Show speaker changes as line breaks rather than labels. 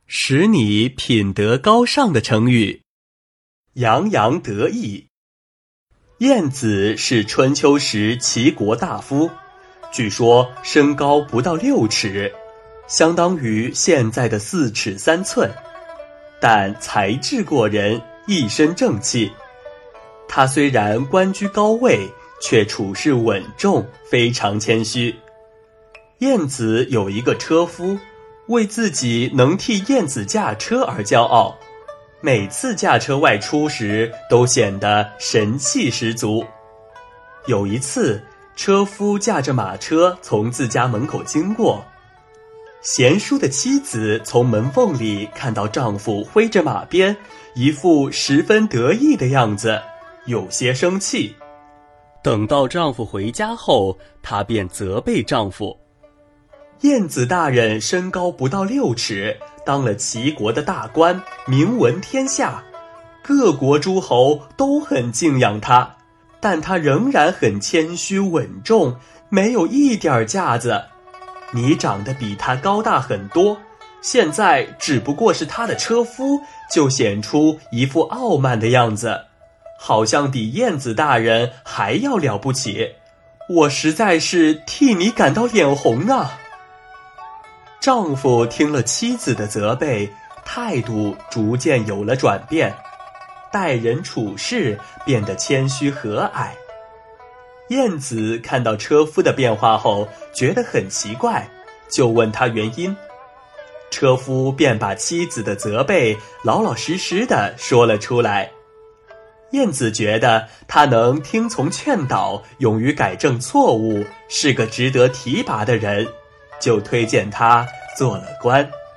使你品德高尚的成语。洋洋得意。晏子是春秋时齐国大夫，据说身高不到6尺，相当于现在的4尺3寸，但才智过人，一身正气。他虽然官居高位，却处事稳重，非常谦虚。晏子有一个车夫，为自己能替晏子驾车而骄傲，每次驾车外出时都显得神气十足。有一次，车夫驾着马车从自家门口经过，贤淑的妻子从门缝里看到丈夫挥着马鞭，一副十分得意的样子，有些生气。等到丈夫回家后，她便责备丈夫：晏子大人身高不到6尺，当了齐国的大官，名闻天下，各国诸侯都很敬仰他，但他仍然很谦虚稳重，没有一点架子。你长得比他高大很多，现在只不过是他的车夫，就显出一副傲慢的样子，好像比晏子大人还要了不起。我实在是替你感到脸红啊。丈夫听了妻子的责备，态度逐渐有了转变，待人处事变得谦虚和蔼。晏子看到车夫的变化后，觉得很奇怪，就问他原因。车夫便把妻子的责备老老实实地说了出来。晏子觉得他能听从劝导，勇于改正错误，是个值得提拔的人，就推荐他做了官。